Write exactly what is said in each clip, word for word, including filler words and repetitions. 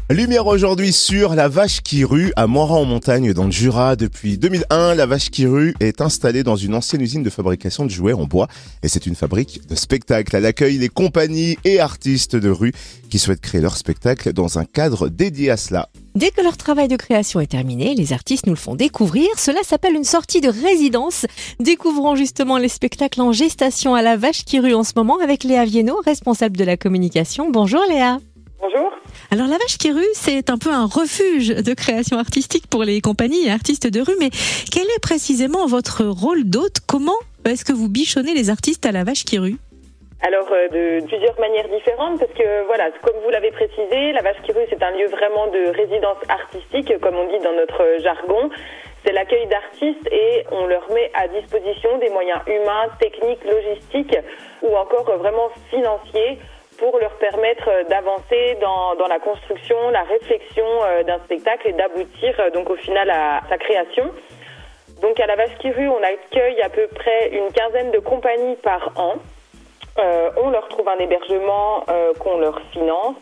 Lumière aujourd'hui sur la Vache qui rue à Morat-en-Montagne dans le Jura. Depuis deux mille un, la Vache qui rue est installée dans une ancienne usine de fabrication de jouets en bois et c'est une fabrique de spectacles. Elle accueille les compagnies et artistes de rue qui souhaitent créer leur spectacle dans un cadre dédié à cela. Dès que leur travail de création est terminé, les artistes nous le font découvrir. Cela s'appelle une sortie de résidence. Découvrons justement les spectacles en gestation à la Vache qui rue en ce moment avec Léa Viennot, responsable de la communication. Bonjour Léa. Bonjour. Alors la Vache qui rue, c'est un peu un refuge de création artistique pour les compagnies et artistes de rue, mais quel est précisément votre rôle d'hôte? Comment est-ce que vous bichonnez les artistes à la Vache qui rue? Alors euh, de plusieurs manières différentes parce que voilà, comme vous l'avez précisé, la Vache qui rue c'est un lieu vraiment de résidence artistique comme on dit dans notre jargon. C'est l'accueil d'artistes et on leur met à disposition des moyens humains, techniques, logistiques ou encore euh, vraiment financiers pour leur permettre d'avancer dans, dans la construction, la réflexion euh, d'un spectacle et d'aboutir euh, donc au final à sa création. Donc à la Vache qui rue, on accueille à peu près une quinzaine de compagnies par an. Euh, on leur trouve un hébergement euh, qu'on leur finance.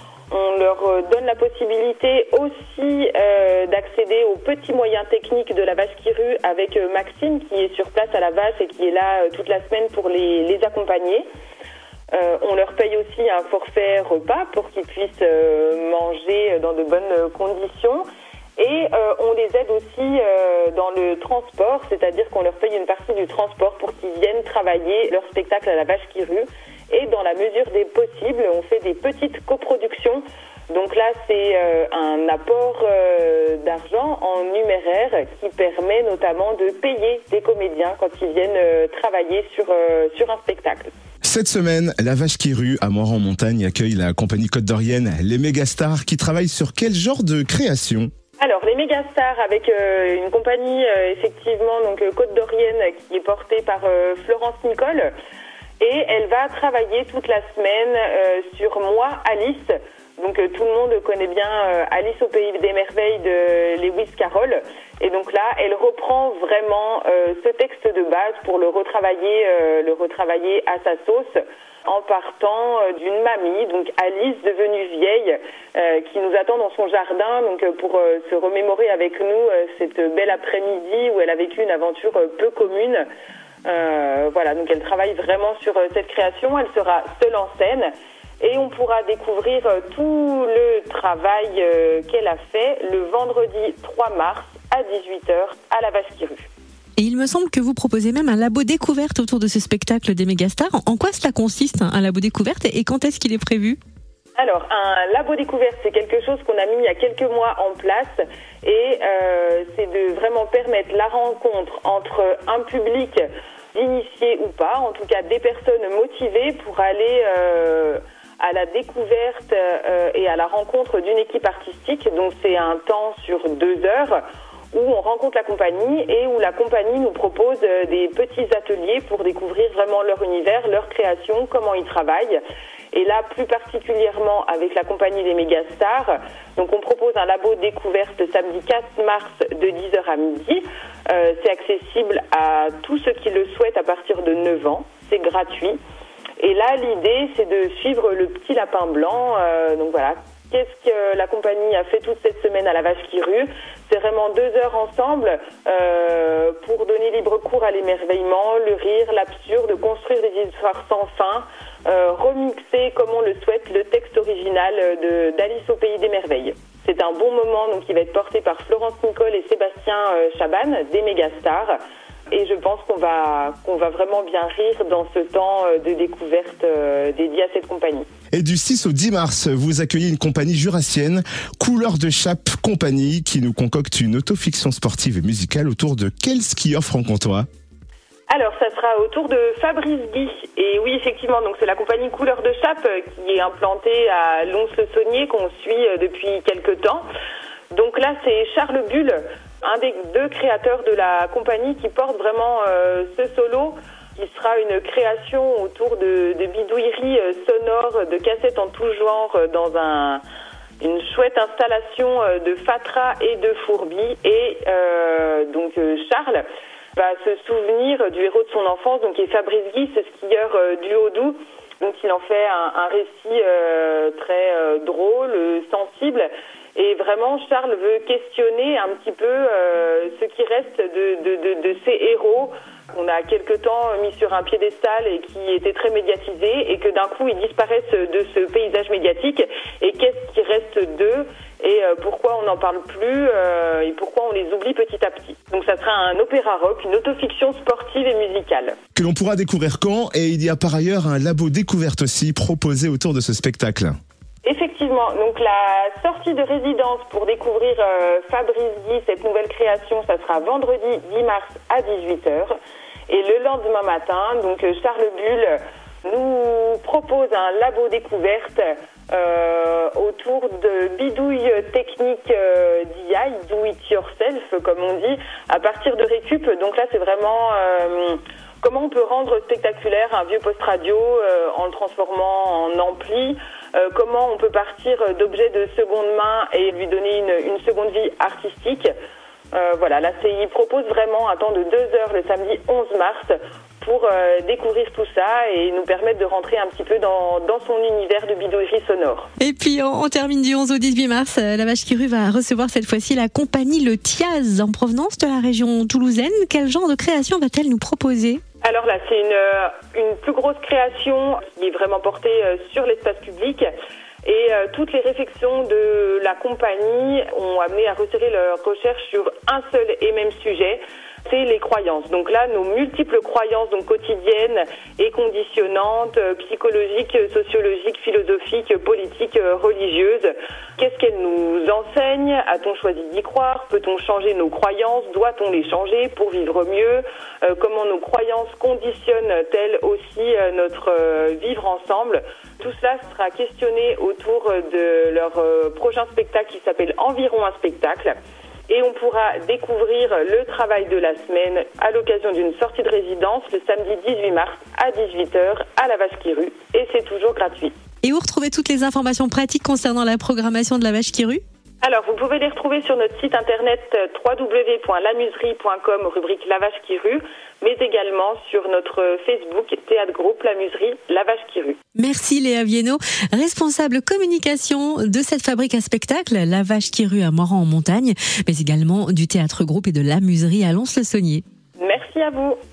On leur euh, donne la possibilité aussi euh, d'accéder aux petits moyens techniques de la Vache qui rue avec euh, Maxime qui est sur place à la Vache et qui est là euh, toute la semaine pour les, les accompagner. Euh, on leur paye aussi un forfait repas pour qu'ils puissent euh, manger dans de bonnes conditions. Et euh, on les aide aussi euh, dans le transport, c'est-à-dire qu'on leur paye une partie du transport pour qu'ils viennent travailler leur spectacle à la Vache qui rue. Et dans la mesure des possibles, on fait des petites coproductions. Donc là, c'est euh, un apport euh, d'argent en numéraire qui permet notamment de payer des comédiens quand ils viennent euh, travailler sur, euh, sur un spectacle. Cette semaine, la Vache qui rue à Morat-en-Montagne accueille la compagnie Côte d'Orienne, les Mégastars, qui travaillent sur quel genre de création? Alors, les Mégastars avec euh, une compagnie euh, effectivement donc euh, Côte d'Orienne qui est portée par euh, Florence Nicole et elle va travailler toute la semaine euh, sur Moi Alice. Donc euh, tout le monde connaît bien euh, Alice au pays des merveilles de Lewis Carroll et donc là elle reprend vraiment euh, ce texte de base pour le retravailler, euh, le retravailler à sa sauce. En partant d'une mamie, donc Alice devenue vieille, euh, qui nous attend dans son jardin, donc pour euh, se remémorer avec nous euh, cette belle après-midi où elle a vécu une aventure euh, peu commune. Euh, voilà, donc elle travaille vraiment sur euh, cette création. Elle sera seule en scène et on pourra découvrir euh, tout le travail euh, qu'elle a fait le vendredi trois mars à dix-huit heures à la Vache qui rue. Et il me semble que vous proposez même un labo découverte autour de ce spectacle des Mégastars. En quoi cela consiste, un labo découverte, et quand est-ce qu'il est prévu? Alors, un labo découverte, c'est quelque chose qu'on a mis il y a quelques mois en place et euh, c'est de vraiment permettre la rencontre entre un public d'initiés ou pas, en tout cas des personnes motivées pour aller euh, à la découverte euh, et à la rencontre d'une équipe artistique. Donc c'est un temps sur deux heures où on rencontre la compagnie et où la compagnie nous propose des petits ateliers pour découvrir vraiment leur univers, leur création, comment ils travaillent. Et là, plus particulièrement avec la compagnie des Mégastars, donc on propose un labo découverte samedi quatre mars de dix heures à midi. Euh, c'est accessible à tous ceux qui le souhaitent à partir de neuf ans. C'est gratuit. Et là, l'idée, c'est de suivre le petit lapin blanc. Euh, donc voilà. Qu'est-ce que la compagnie a fait toute cette semaine à la Vache qui rue? C'est vraiment deux heures ensemble euh, pour donner libre cours à l'émerveillement, le rire, l'absurde, construire des histoires sans fin, euh, remixer comme on le souhaite le texte original de, d'Alice au pays des merveilles. C'est un bon moment donc qui va être porté par Florence Nicole et Sébastien euh, Chaban des Mégastars. Et je pense qu'on va, qu'on va vraiment bien rire dans ce temps de découverte euh, dédié à cette compagnie. Et du six au dix mars, vous accueillez une compagnie jurassienne, Couleur de Chape Compagnie, qui nous concocte une autofiction sportive et musicale autour de quel skieur franc-comtois? Alors, ça sera autour de Fabrice Guy. Et oui, effectivement, donc c'est la compagnie Couleur de Chape qui est implantée à Lons-le-Saunier, qu'on suit depuis quelques temps. Donc là, c'est Charles Bulle, un des deux créateurs de la compagnie qui porte vraiment euh, ce solo, qui sera une création autour de, de bidouilleries euh, sonores, de cassettes en tout genre, euh, dans un, une chouette installation euh, de Fatra et de Fourbi. Et euh, donc euh, Charles va se souvenir du héros de son enfance, donc qui est Fabrice Guy, ce skieur euh, du Haut-Doubs, Donc il en fait un, un récit euh, très euh, drôle, sensible. Et vraiment, Charles veut questionner un petit peu euh, ce qui reste de, de, de, de ces héros qu'on a quelque temps mis sur un piédestal et qui étaient très médiatisés et que d'un coup ils disparaissent de ce paysage médiatique. Et qu'est-ce qui reste d'eux et euh, pourquoi on n'en parle plus euh, et pourquoi on les oublie petit à petit. Donc ça sera un opéra rock, une autofiction sportive et musicale. Que l'on pourra découvrir quand, et il y a par ailleurs un labo découverte aussi proposé autour de ce spectacle. Effectivement, donc la sortie de résidence pour découvrir euh, Fabrice Guy, cette nouvelle création, ça sera vendredi dix mars à dix-huit heures. Et le lendemain matin, donc Charles Bull nous propose un labo découverte euh, autour de bidouilles techniques euh, d'I A, do it yourself comme on dit, à partir de récup. Donc là c'est vraiment euh, comment on peut rendre spectaculaire un vieux poste radio euh, en le transformant en ampli. Euh, comment on peut partir d'objets de seconde main et lui donner une, une seconde vie artistique. Euh, voilà, la C I propose vraiment un temps de deux heures le samedi onze mars pour euh, découvrir tout ça et nous permettre de rentrer un petit peu dans, dans son univers de bidouillerie sonore. Et puis on, on termine du onze au dix-huit mars. Euh, la Vache qui Rue va recevoir cette fois-ci la compagnie Le Thiaz en provenance de la région toulousaine. Quel genre de création va-t-elle nous proposer ? Alors là, c'est une, une plus grosse création qui est vraiment portée sur l'espace public. Et euh, toutes les réflexions de la compagnie ont amené à resserrer leurs recherches sur un seul et même sujet, c'est les croyances. Donc là, nos multiples croyances donc quotidiennes et conditionnantes, euh, psychologiques, sociologiques, philosophiques, politiques, euh, religieuses. Qu'est-ce qu'elles nous enseignent ? A-t-on choisi d'y croire ? Peut-on changer nos croyances ? Doit-on les changer pour vivre mieux ? euh, Comment nos croyances conditionnent-elles aussi euh, notre euh, vivre ensemble ? Tout cela sera questionné autour de leur euh, prochain spectacle qui s'appelle Environ un spectacle. Et on pourra découvrir le travail de la semaine à l'occasion d'une sortie de résidence le samedi dix-huit mars à dix-huit heures à la Vache qui Rue. Et c'est toujours gratuit. Et où retrouver toutes les informations pratiques concernant la programmation de la Vache qui Rue ? Alors, vous pouvez les retrouver sur notre site internet w w w point la muserie point com, rubrique La Vache qui Rue, mais également sur notre Facebook Théâtre Groupe La Muserie La Vache qui Rue. Merci Léa Viennot, responsable communication de cette fabrique à spectacle, La Vache qui Rue à Morand en Montagne, mais également du Théâtre Groupe et de La Muserie à Lons-le-Saunier. Merci à vous.